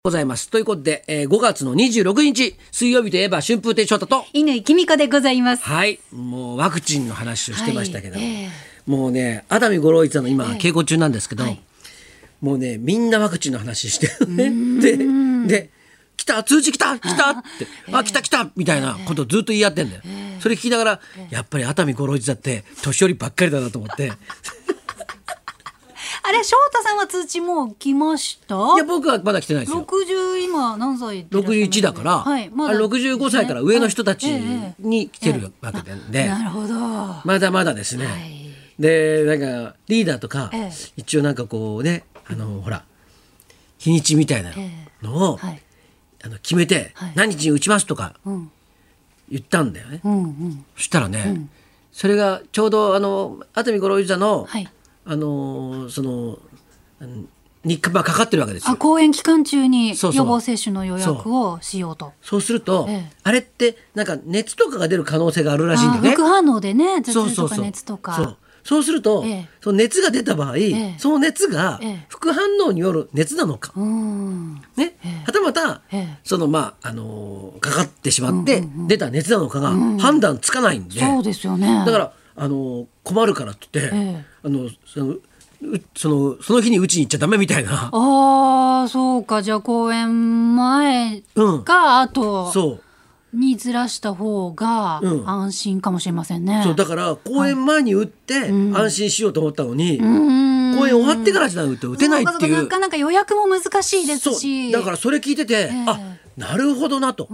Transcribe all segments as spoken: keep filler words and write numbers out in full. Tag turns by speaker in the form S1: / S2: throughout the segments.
S1: ございます。ということで、えー、ごがつのにじゅうろくにち水曜日といえば春風亭昇太と
S2: 乾きみこでございます。
S1: はい、もうワクチンの話をしてましたけど、
S2: はいえー、
S1: もうね熱海五郎一座の今、えー、稽古中なんですけど、はい、もうねみんなワクチンの話してるねでで来た通知来た来たって、あ来た来たみたいなことをずっと言い合ってんだよ、えー、それ聞きながら、えー、やっぱり熱海五郎一座って年寄りばっかりだなと思って
S2: あれ翔太さんは通知もう来ました？
S1: いや僕はまだ来てないですよ。
S2: ろくじゅう今何歳
S1: ろくじゅういちだから、はいまだね、ろくじゅうごさいから上の人たちに来てるわけで、ええええ、
S2: なるほど
S1: まだまだですね、はい、でなんかリーダーとか、ええ、一応なんかこうねあのほら日にちみたいなのを、ええはい、あの決めて、はい、何日に打ちますとか言ったんだよね、うんうん、そしたらね、うん、それがちょうどあの熱海五郎一座の、はいあのー、そのにかかってるわけですよ。
S2: あ公演期間中に予防接種の予約をしようと。
S1: そうすると、ええ、あれってなんか熱とかが出る可能性があるらしいんだよね。
S2: 副反応でね頭痛とか熱とか。
S1: そうそうそうそうすると、ええ、その熱が出た場合、ええ、その熱が副反応による熱なのか、ええねええ、はたまた、ええ、そのまああのー、かかってしまって出た熱なのかが判断つかないんで、
S2: うんうん、そうですよね。
S1: だからあの困るからって言って、ええ、あのそのそのその日に打ちに行っちゃダメみたいな。
S2: ああそうか。じゃあ公演前か後にずらした方が安心かもしれませんね、うん、
S1: そうだから公演前に打って安心しようと思ったのに、うん、公演終わってからじゃないと打てないっていう。
S2: なかなか予約も難しいですし。
S1: そうだからそれ聞いてて、えー、あなるほどなと、うん、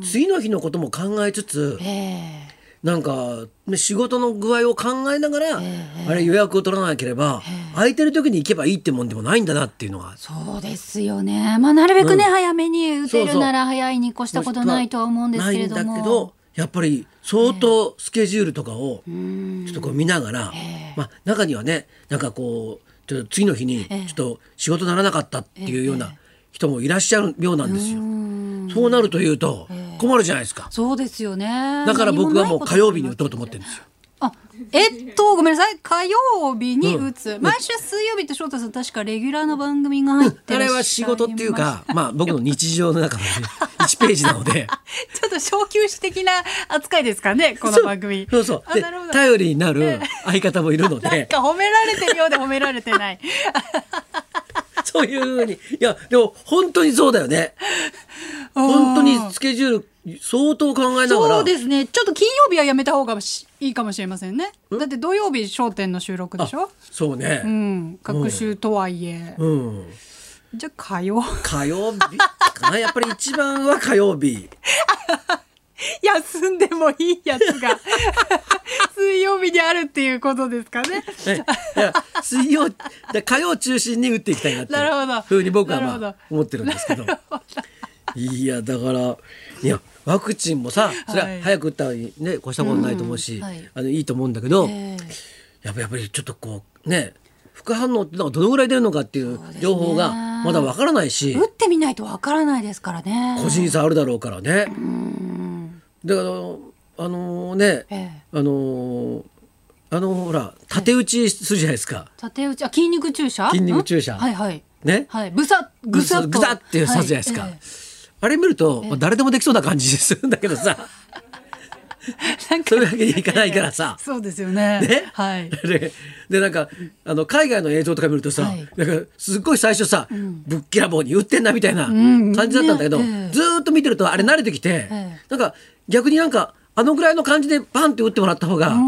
S1: 次の日のことも考えつつ、えーなんか仕事の具合を考えながら、えー、あれ予約を取らなければ、えー、空いてる時に行けばいいってもんでもないんだなっていうのが。
S2: そうですよね、まあ、なるべくね、うん、早めに打てるなら早いに越したことないとは思うんですけれども、
S1: ないんだけどやっぱり相当スケジュールとかをちょっとこう見ながら、えーまあ、中にはねなんかこうちょっと次の日にちょっと仕事ならなかったっていうような人もいらっしゃるようなんですよ。そうなるというと困るじゃないですか、
S2: えー、そうですよね。
S1: だから僕はもう火曜日に打とうと思ってるんですよ。
S2: あえっとごめんなさい火曜日に打つ、うん、毎週水曜日って翔太さん確かレギュラーの番組が入ってらっしゃいました、うん、あれは仕事っていうか、まあ、僕の日常の中の、ね、いちページなのでちょっと小休止的な扱いですかねこの番組。
S1: そうそうそうで頼りになる相方もいるので、
S2: なんか褒められてるようで褒められてない
S1: そういうふうにいやでも本当にそうだよね。本当にスケジュール相当考えながら。
S2: そうですね。ちょっと金曜日はやめた方がいいかもしれませんね。だって土曜日笑点の収録でしょ。
S1: そうね、
S2: うん、隔週とはいえ、うん、じゃあ火曜
S1: 火曜日かなやっぱり一番は火曜日
S2: 休んでもいいやつが水曜日にあるっていうことですかね。
S1: いや水曜火曜中心に打っていきたいなっていうふうに僕は、まあ、思ってるんですけど。いやだからいやワクチンもさそれは早く打ったらね越したことないと思うし、うんはい、あのいいと思うんだけど、えー、やっぱやっぱりちょっとこうね副反応ってのがどのぐらい出るのかっていう情報がまだわからないし、
S2: 打ってみないとわからないですからね。
S1: 個人差あるだろうからね。うんだからあのね、えー、あのあのほら縦打ちするじゃないですか。
S2: 縦打ちあ筋肉注射
S1: 筋肉注射
S2: はいはい
S1: ね、
S2: はい、ぐさぐさっと
S1: ぐさって刺すじゃないですか、はいえーあれ見ると、まあ、誰でもできそうな感じするんだけどさなんかそれだけにいかないからさ、
S2: えー、そうですよね。ね、はい、
S1: で, でなんかあの海外の映像とか見るとさ、はい、なんかすっごい最初さ、うん、ぶっきらぼうに打ってんなみたいな感じだったんだけど、うんねえー、ずーっと見てるとあれ慣れてきて、えー、なんか逆になんかあのぐらいの感じでパンって打ってもらった方が、うん、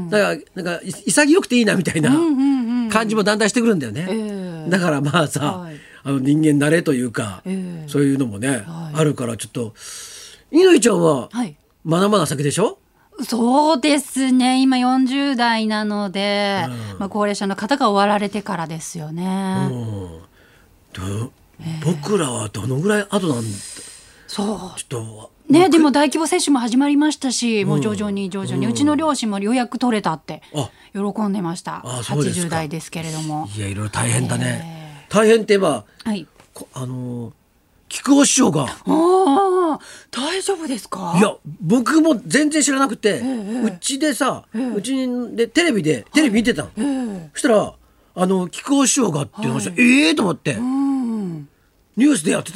S1: なんかなんか潔くていいなみたいな感じもだんだんしてくるんだよね、えー、だからまあさ、はいあの人間慣れというか、えー、そういうのもね、はい、あるからちょっと乾ちゃんはまだまだ先でしょ。
S2: そうですね今よんじゅう代なので、うんまあ、高齢者の方が終わられてからですよね、うん
S1: どえー、僕らはどのぐらい後なんだ。
S2: そう
S1: ちょっと
S2: ね、でも大規模接種も始まりましたし、うん、もう徐々に徐々に、うん、うちの両親も予約取れたって喜んでました。ああそうですか。はちじゅう代ですけれども
S1: いやいろいろ大変だね、えー大変って言えば、はい、あの木久扇師匠が
S2: あ大丈夫ですか。
S1: いや僕も全然知らなくて、えー、うちでさ、えー、うちでテレビでテレビ見てたの、はいえー、そしたらあの木久扇師匠がっていう話、はい、ええー、と思って、うん、ニュースでやってたのさ。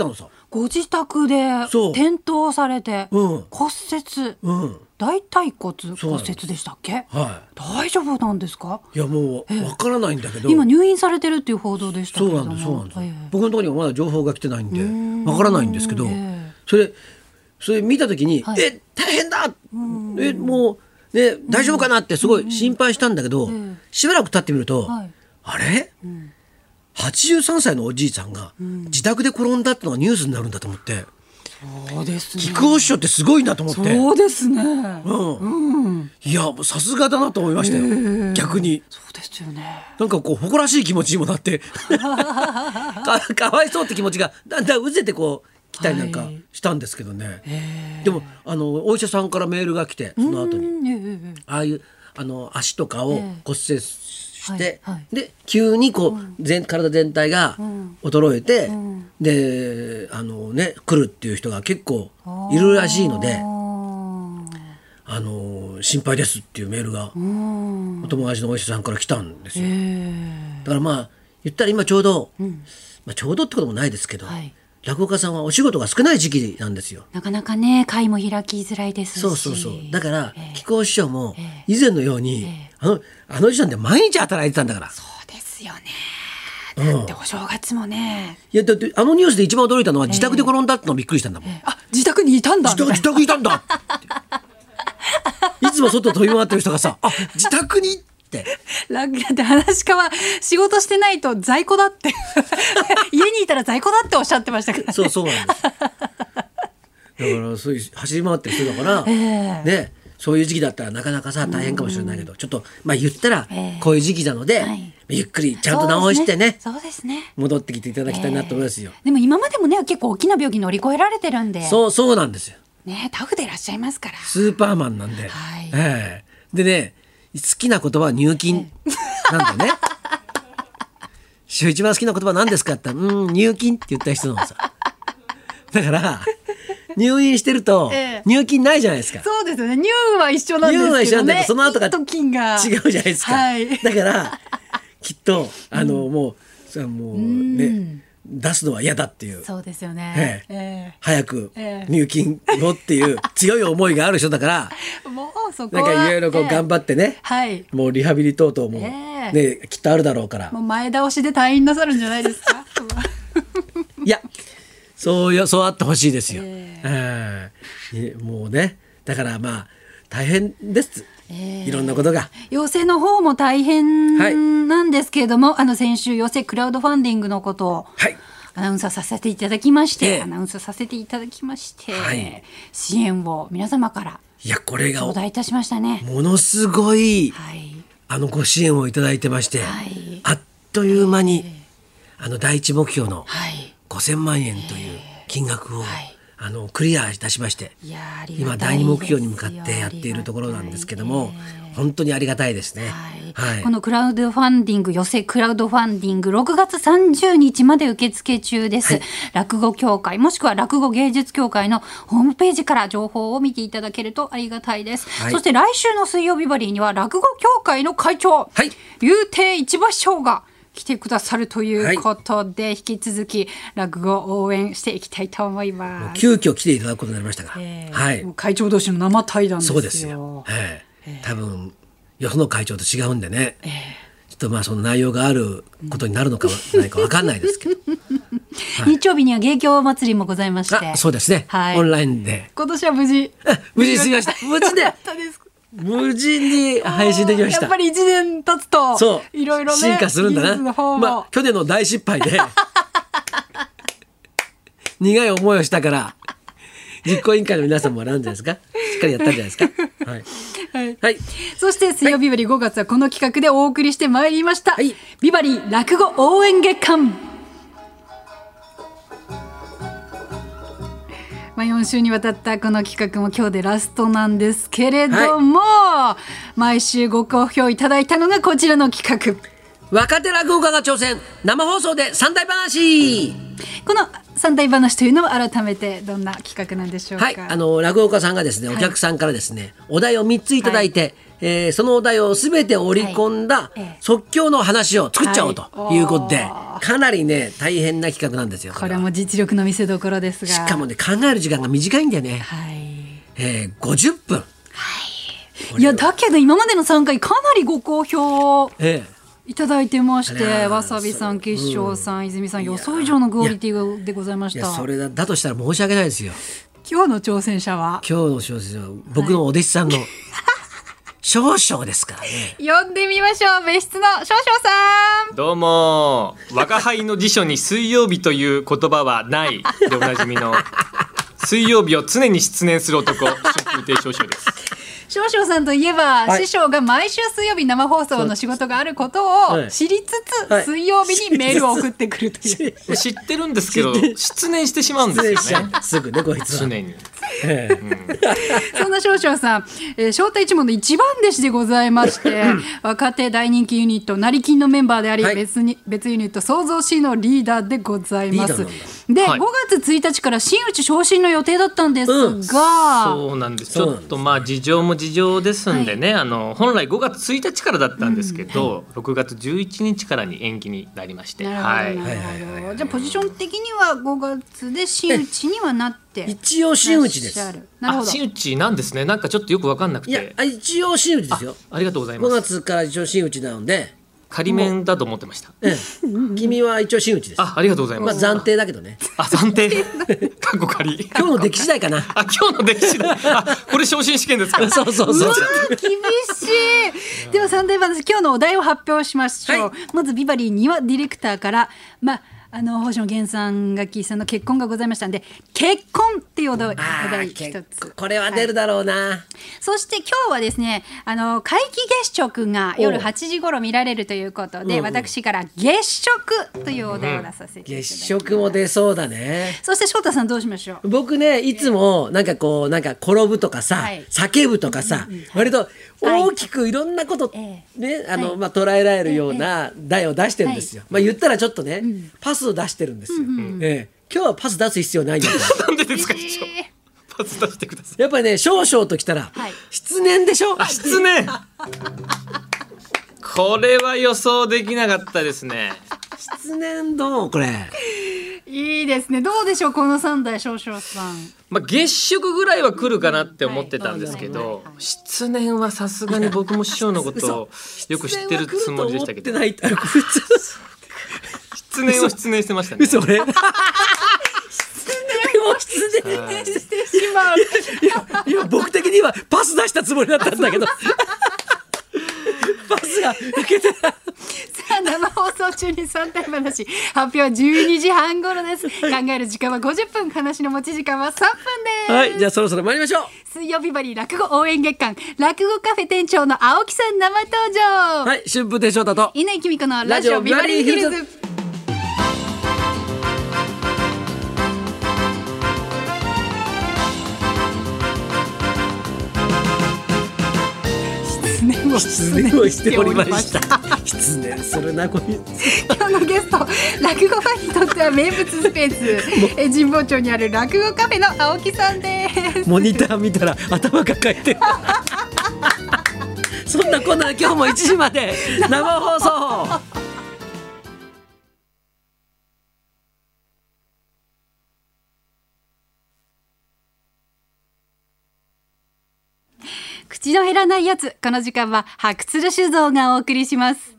S2: ご自宅で
S1: そう
S2: 転倒されて
S1: うん
S2: 骨折、
S1: うん
S2: 大腿骨骨折でしたっけ？
S1: は
S2: 大丈夫なんですか？
S1: いいやもうわからないんだけど、
S2: 今入院されてるっていう報道でしたけ
S1: そう
S2: れども。
S1: なんですそうなんです、
S2: ええ
S1: 僕のところにはまだ情報が来てないんでわからないんですけど、
S2: ええ
S1: それそれ見た時に、
S2: はい
S1: え大変だ、えもうね大丈夫かなってすごい心配したんだけど、
S2: ええ
S1: しばらく経ってみると、
S2: はい
S1: あれ、はちじゅうさんさいのおじいさんが自宅で転んだってのがニュースになるんだと思って、
S2: そうですね。
S1: 木久扇師匠ってすごいなと思って、
S2: そうですね。
S1: うんいやもうさすがだなと思いましたよ、逆に。
S2: そうですよね。
S1: なんかこう誇らしい気持ちにもなってか, かわいそうって気持ちがだんだんうぜてこう来たりなんか
S2: はい
S1: したんですけどね、でもあのお医者さんからメールが来てその後に
S2: うんええええ
S1: ああいうあの足とかを
S2: ええ
S1: 骨折して、
S2: はいはい
S1: で急にこう、全体全体が衰えて、であのね来るっていう人が結構いるらしいので、あの心配ですっていうメールがお友達のお医者さんから来たんですよ。だからまあ言ったら今ちょうど、まあ、ちょうどってこともないですけど、
S2: はい
S1: 落語家さんはお仕事が少ない時期なんですよ。
S2: なかなかね会も開きづらいですし。
S1: そうそうそうだから、
S2: ええ
S1: 木久扇師匠も
S2: え
S1: 以前のように、
S2: え
S1: あのあの時点で毎日働いてたんだから。
S2: そうですよね。
S1: うん
S2: だってお正月もね。
S1: いやだってあのニュースで一番驚いたのは自宅で転んだってのびっくりしたんだもん、
S2: あ自宅にいたんだ。
S1: 自宅自宅にいたんだっていつも外飛び回ってる人がさあ自宅にって
S2: 楽だって話し家は仕事してないと在庫だって家にいたら在庫だっておっしゃってましたからね。
S1: そうそうなんですだからそういう走り回ってる人だから、
S2: ええ
S1: ねそういう時期だったらなかなかさ大変かもしれないけど、ちょっとまあ言ったら
S2: ええ
S1: こういう時期なので、
S2: はい
S1: ゆっくりちゃんと直してね
S2: そうですね。
S1: 戻ってきていただきたいなと思いますよ、
S2: でも今までもね結構大きな病気乗り越えられてるんで
S1: そうそうなんですよ
S2: ねタフでいらっしゃいますから。
S1: スーパーマンなんで、
S2: はい
S1: ええでね好きな言葉は入金なんだよね師匠一番好きな言葉は何ですかって言ったらうん入金って言った人なのさだから入院してると
S2: ええ
S1: 入金ないじゃないですか。
S2: そうですよね。乳は一緒なんですけどね。
S1: 乳は一緒なんだけどその後が
S2: 陰と菌が
S1: 違うじゃないですか、
S2: はい
S1: だからきっとあの、もうさもうね出すのは嫌だっていう
S2: そうですよね。
S1: ええ
S2: え
S1: 早く
S2: ええ
S1: 入金をっていう強い思いがある人だから
S2: えもうそこ
S1: なん
S2: は
S1: かいろいろこう
S2: ええ
S1: 頑張ってね、
S2: はい。
S1: もうリハビリ等々も、
S2: え
S1: ねきっとあるだろうから
S2: もう前倒しで退院なさるんじゃないですか。
S1: いやそうよそうあってほしいですよ、
S2: え
S1: ええねもうねだからまあ大変です、
S2: ええ
S1: いろんなことが
S2: 寄席の方も大変なんですけれども、あの先週寄席クラウドファンディングのことを
S1: はい
S2: アナウンサーさせていただきまして、
S1: ええ
S2: アナウンサーさせていただきまして、
S1: はい
S2: 支援を皆様から
S1: いやこれが
S2: 頂戴いたしましたね。
S1: ものすごい
S2: はい。
S1: あのご支援をいただいてまして、
S2: はい
S1: あっという間に、あの第一目標の
S2: はい。
S1: ごせんまんえんという金額を、
S2: はい
S1: あのクリアいたしまして
S2: いやーありがたいですよ
S1: 今第二目標に向かってやっているところなんですけども、本当にありがたいですね。
S2: はい
S1: はい
S2: このクラウドファンディング寄せクラウドファンディングろくがつさんじゅうにちまで受付中です、
S1: はい
S2: 落語協会もしくは落語芸術協会のホームページから情報を見ていただけるとありがたいです、
S1: はい
S2: そして来週の水曜日バリーには落語協会の会長、
S1: はい
S2: 竜亭一馬師匠が来てくださるということで、引き続き落語を応援していきたいと思います。
S1: 急遽来ていただくことになりましたが、
S2: えー
S1: はい
S2: もう会長同士の生対談ですよ。
S1: そうですよ、ええ多分よその会長と違うんでね、ちょっとまあその内容があることになるのかないかわかんないですけど
S2: 日曜日には芸協祭りもございまして、
S1: あそうですね、
S2: はい
S1: オンラインで
S2: 今年は無事
S1: あ無事に済みました無事で
S2: よかったです
S1: 無事に配信できました。
S2: やっぱりいちねん経つと
S1: そう
S2: いろいろね
S1: 進化するんだ
S2: 技術の
S1: な。
S2: 方も
S1: まあ去年の大失敗で苦い思いをしたから実行委員会の皆さんもあるんじゃないですか。しっかりやったんじゃないですか。はい。
S2: はい
S1: はい。
S2: そして水曜日バリごがつはこの企画でお送りしてまいりました、
S1: はい
S2: ビバリー落語応援月間、まあ、よん週にわたったこの企画も今日でラストなんですけれども、毎週ご好評いただいたのがこちらの企画、
S1: 若手落語家が挑戦生放送で三大話。
S2: この三大話というのは改めてどんな企画なんでしょうか。
S1: はい、あの落語家さんがですね、お客さんからですね、お題をみっついただいて、えーそのお題をすべて織り込んだ
S2: はいええ
S1: 即興の話を作っちゃおうということで、
S2: は
S1: かなりね大変な企画なんですよ。
S2: これも実力の見せ所ですが、
S1: しかもね考える時間が短いんだよね、
S2: はい
S1: えー、ごじゅっぷん、はい、
S2: いやだけど今までのさんかいかなりご好評、
S1: ええ
S2: いただいてまし
S1: あ
S2: て、
S1: ら
S2: わさびさん、吉祥さん、
S1: うん、
S2: 泉さん予想以上のクオリティでございました。
S1: いやそれ だ, だとしたら申し訳ないですよ。
S2: 今日の挑戦者は
S1: 今日の挑戦者は僕のお弟子さんの、はい、少々ですからね。
S2: 呼んでみましょう。別室の少々さん。
S3: どうも、我輩の辞書に水曜日という言葉はないでおなじみの水曜日を常に失念する男、春風亭少々です。
S2: 少々さんといえば、
S1: はい、
S2: 師匠が毎週水曜日生放送の仕事があることを知りつつ、はい、水曜日にメールを送ってくるという、
S3: はい、知ってるんですけど失念してしまうんですよね。
S1: すぐねこいつは
S3: 常に、
S2: えーうん、そんな少々さん、えー、翔太一門の一番弟子でございまして若手大人気ユニット成金のメンバーであり、はい、別に別ユニット創造 C のリーダーでございます。で、はい、ごがつついたちから真打ち昇進の予定だったんですが、うん、
S3: そうなんです。ちょっとまあ事情も事情ですんでね、はい、あの本来ごがつついたちからだったんですけど、うんはい、ろくがつじゅういちにちからに延期になりまして、
S2: なるほど、なるほど。じゃあポジション的にはごがつで真打ちにはなって
S1: 一応真打ちです。
S2: なるほど。
S3: 真打ちなんですね。なんかちょっとよく分かんなくて。
S1: いや一応真打ちですよ。
S3: あ, ありがとうございます。
S1: ごがつから一応真打ちなので
S3: 仮面だと思ってました。
S1: ええ、君は一応真打ちです。
S3: あ、ありがとうございます。
S1: まあ暫定だけどね。
S3: あ、暫定。過去仮。
S1: 今日の出来次第かな。
S3: あ、今日の出来次第。あ、これ昇進試験ですか。
S1: そうそうそう。うわ
S2: 厳しい。では三大話、今日のお題を発表しましょう。はい、まずビバリーにわディレクターからまあ。あの星野源さん、ガッキーさんの結婚がございましたんで、結婚っていうお題一つ、
S1: これは出るだろうな、はい、
S2: そして今日はですね、あの皆既月食が夜はちじ頃見られるということで、うんうん、私から月食というお題を出させていただきます、うん、月
S1: 食も出そうだね。
S2: そして翔太さんどうしましょう。
S1: 僕ねいつもなんかこうなんか転ぶとかさ、はい、叫ぶとかさ、うんうん、割と大きくいろんなこと、はい、ねあの、はい、まあ、捉えられるような題を出してるんですよ、はい、まあ、言ったらちょっとね、うん、パスを出してるんですよ、うんうん、えー、今日はパス出す必要ないんだ
S3: なんでですか、えー、パス出してください。
S1: やっぱりね少々ときたら、はい、失念でしょ。
S3: あ、失念これは予想できなかったですね。
S1: 失念どうこれ
S2: いいですね。どうでしょうこのさんだい少々さん、
S3: まあ、月食ぐらいは来るかなって思ってたんですけど、はいはいはいはい、失念はさすがに僕も師匠のことをよく知ってるつもりでしたけど失念を失念してましたね。
S1: 嘘俺失念を失念してしまう。いやいや僕的にはパス出したつもりだったんだけどパスが受けてた。
S2: さあ生放送中に三体話発表はじゅうにじはん頃です。考える時間はごじゅっぷん、話の持ち時間はさんぷんです。
S1: はい、じゃあそろそろ参りましょう。
S2: 水曜日バリ落語応援月間、落語カフェ店長の青木さん生登場。
S1: はい、春風亭昇太と
S2: 稲井貴美子のラジオビバリーヒルズ。
S1: 失念をしておりました失念するなこいつ。
S2: 今日のゲスト、落語ファンにとっては名物スペースえ神保町にある落語カフェの青木さんです。
S1: モニター見たら頭抱えてるそんなこんな今日もいちじまで生放送
S2: 口の減らないやつ。この時間は白鶴酒造がお送りします。